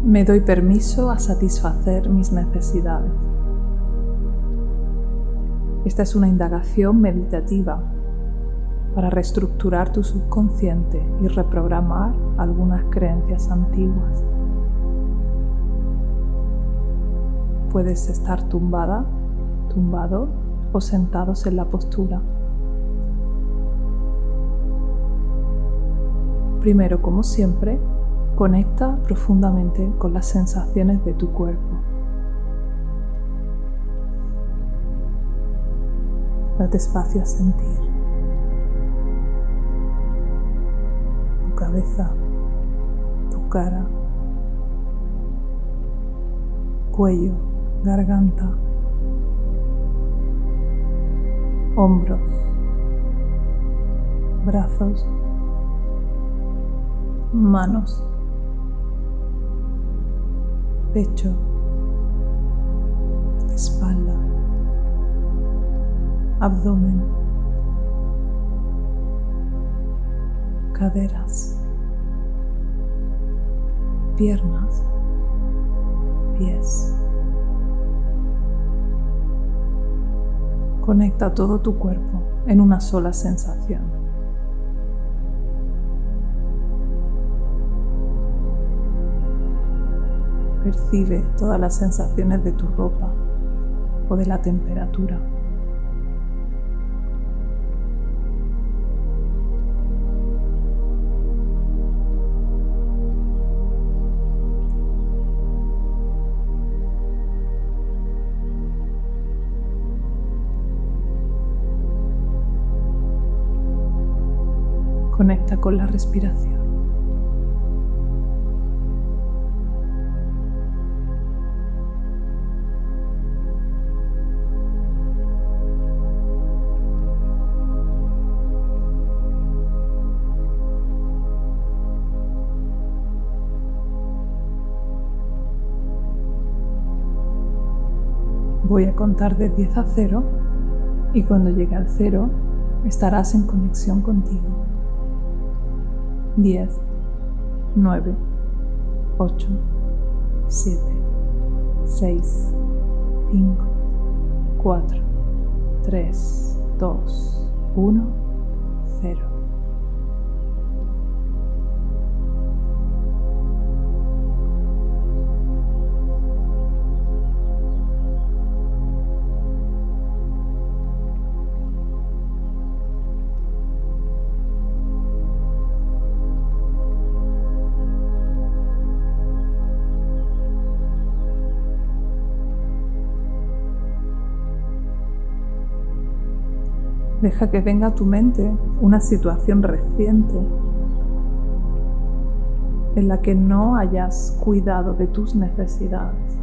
Me doy permiso a satisfacer mis necesidades. Esta es una indagación meditativa para reestructurar tu subconsciente y reprogramar algunas creencias antiguas. Puedes estar tumbada, tumbado o sentados en la postura. Primero, como siempre, conecta profundamente con las sensaciones de tu cuerpo. Date espacio a sentir tu cabeza, tu cara, cuello, garganta, hombros, brazos, manos, pecho, espalda, abdomen, caderas, piernas, pies. Conecta todo tu cuerpo en una sola sensación. Percibe todas las sensaciones de tu ropa o de la temperatura. Conecta con la respiración. Voy a contar de 10 a 0 y cuando llegue al 0 estarás en conexión contigo. 10, 9, 8, 7, 6, 5, 4, 3, 2, 1, 0. Deja que venga a tu mente una situación reciente en la que no hayas cuidado de tus necesidades,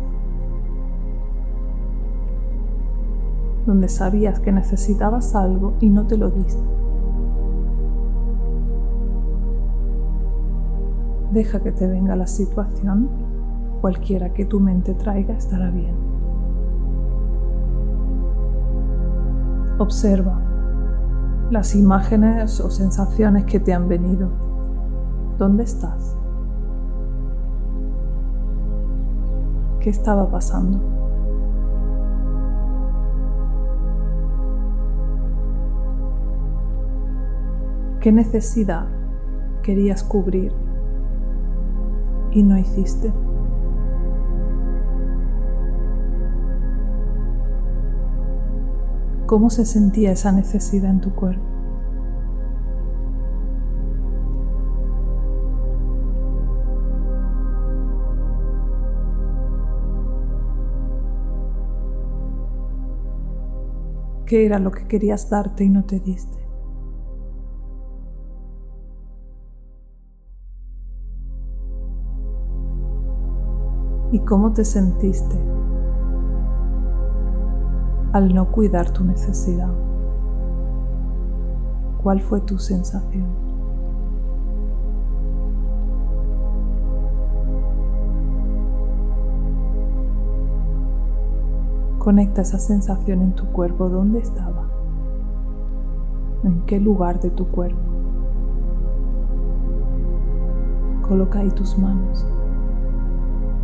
donde sabías que necesitabas algo y no te lo diste. Deja que te venga la situación, cualquiera que tu mente traiga estará bien. Observa las imágenes o sensaciones que te han venido. ¿Dónde estás? ¿Qué estaba pasando? ¿Qué necesidad querías cubrir y no hiciste? ¿Cómo se sentía esa necesidad en tu cuerpo? ¿Qué era lo que querías darte y no te diste? ¿Y cómo te sentiste al no cuidar tu necesidad? ¿Cuál fue tu sensación? Conecta esa sensación en tu cuerpo. ¿Dónde estaba? ¿En qué lugar de tu cuerpo? Coloca ahí tus manos.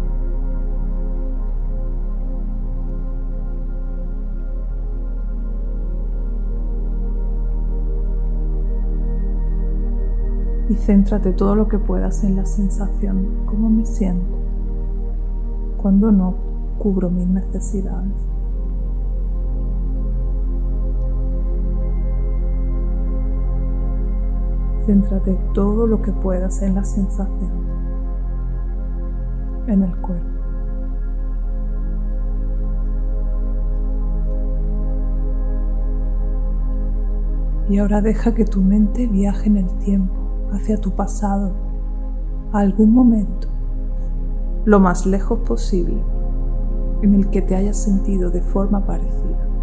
y céntrate todo lo que puedas en la sensación, cómo me siento cuando no cubro mis necesidades. Céntrate todo lo que puedas en la sensación, en el cuerpo. Y ahora deja que tu mente viaje en el tiempo, hacia tu pasado, a algún momento, lo más lejos posible, en el que te hayas sentido de forma parecida.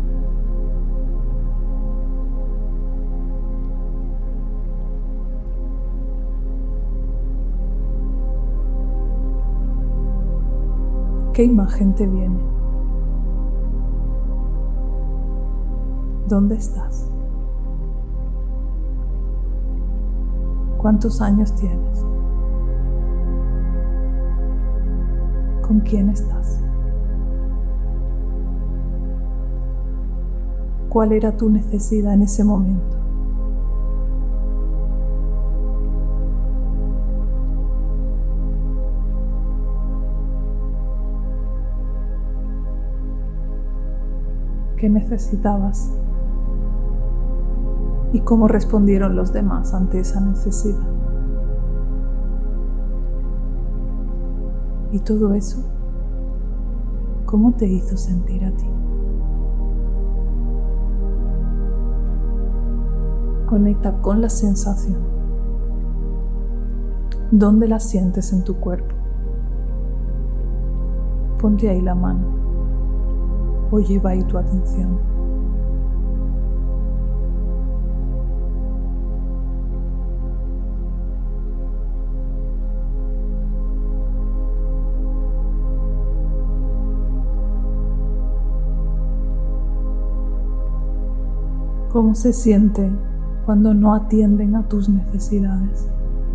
¿Qué imagen te viene? ¿Dónde estás? ¿Cuántos años tienes? ¿Con quién estás? ¿Cuál era tu necesidad en ese momento? ¿Qué necesitabas? ¿Y cómo respondieron los demás ante esa necesidad? ¿Y todo eso, cómo te hizo sentir a ti? Conecta con la sensación. ¿Dónde la sientes en tu cuerpo? Ponte ahí la mano o lleva ahí tu atención. ¿Cómo se siente cuando no atienden a tus necesidades?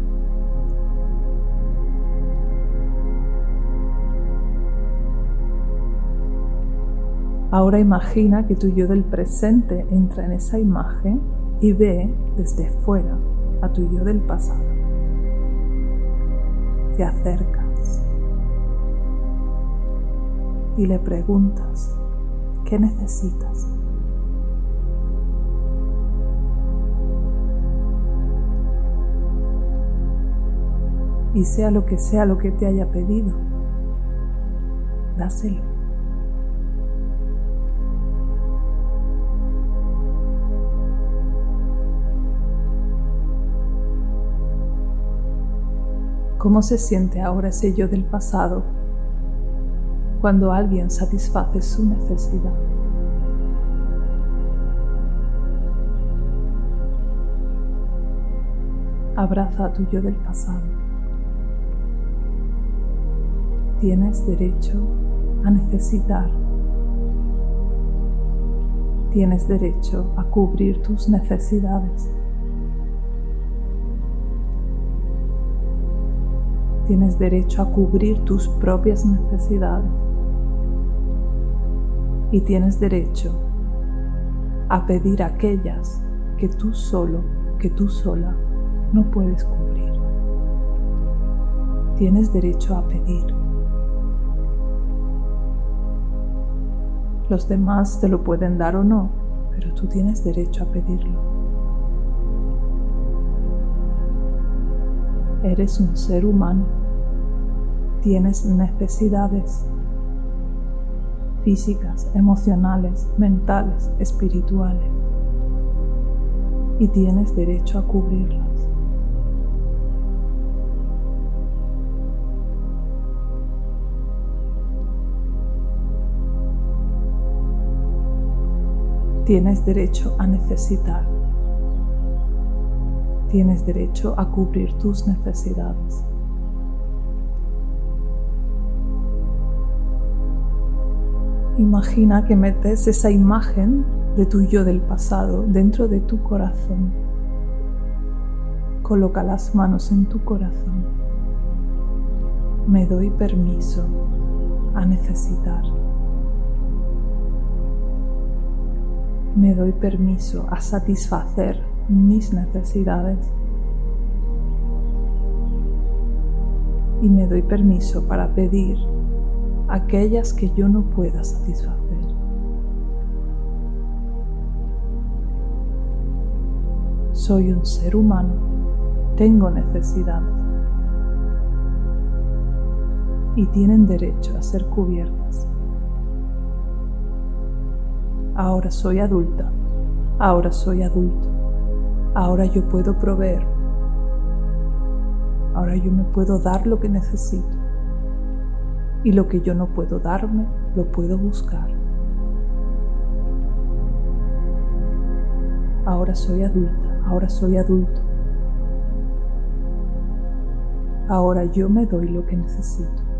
Ahora imagina que tu yo del presente entra en esa imagen y ve desde fuera a tu yo del pasado. Te acercas y le preguntas, ¿qué necesitas? Y sea lo que te haya pedido, dáselo. ¿Cómo se siente ahora ese yo del pasado cuando alguien satisface su necesidad? Abraza a tu yo del pasado. Tienes derecho a necesitar. Tienes derecho a cubrir tus necesidades. Tienes derecho a cubrir tus propias necesidades. Y tienes derecho a pedir aquellas que tú solo, que tú sola no puedes cubrir. Tienes derecho a pedir. Los demás te lo pueden dar o no, pero tú tienes derecho a pedirlo. Eres un ser humano. Tienes necesidades físicas, emocionales, mentales, espirituales. Y tienes derecho a cubrirlas. Tienes derecho a necesitar. Tienes derecho a cubrir tus necesidades. Imagina que metes esa imagen de tu yo del pasado dentro de tu corazón. Coloca las manos en tu corazón. Me doy permiso a necesitar. Me doy permiso a satisfacer mis necesidades. y me doy permiso para pedir aquellas que yo no pueda satisfacer. Soy un ser humano, tengo necesidades y tienen derecho a ser cubiertas. Ahora soy adulta, ahora soy adulto, ahora yo puedo proveer, ahora yo me puedo dar lo que necesito y lo que yo no puedo darme, lo puedo buscar. Ahora soy adulta, ahora soy adulto, ahora yo me doy lo que necesito.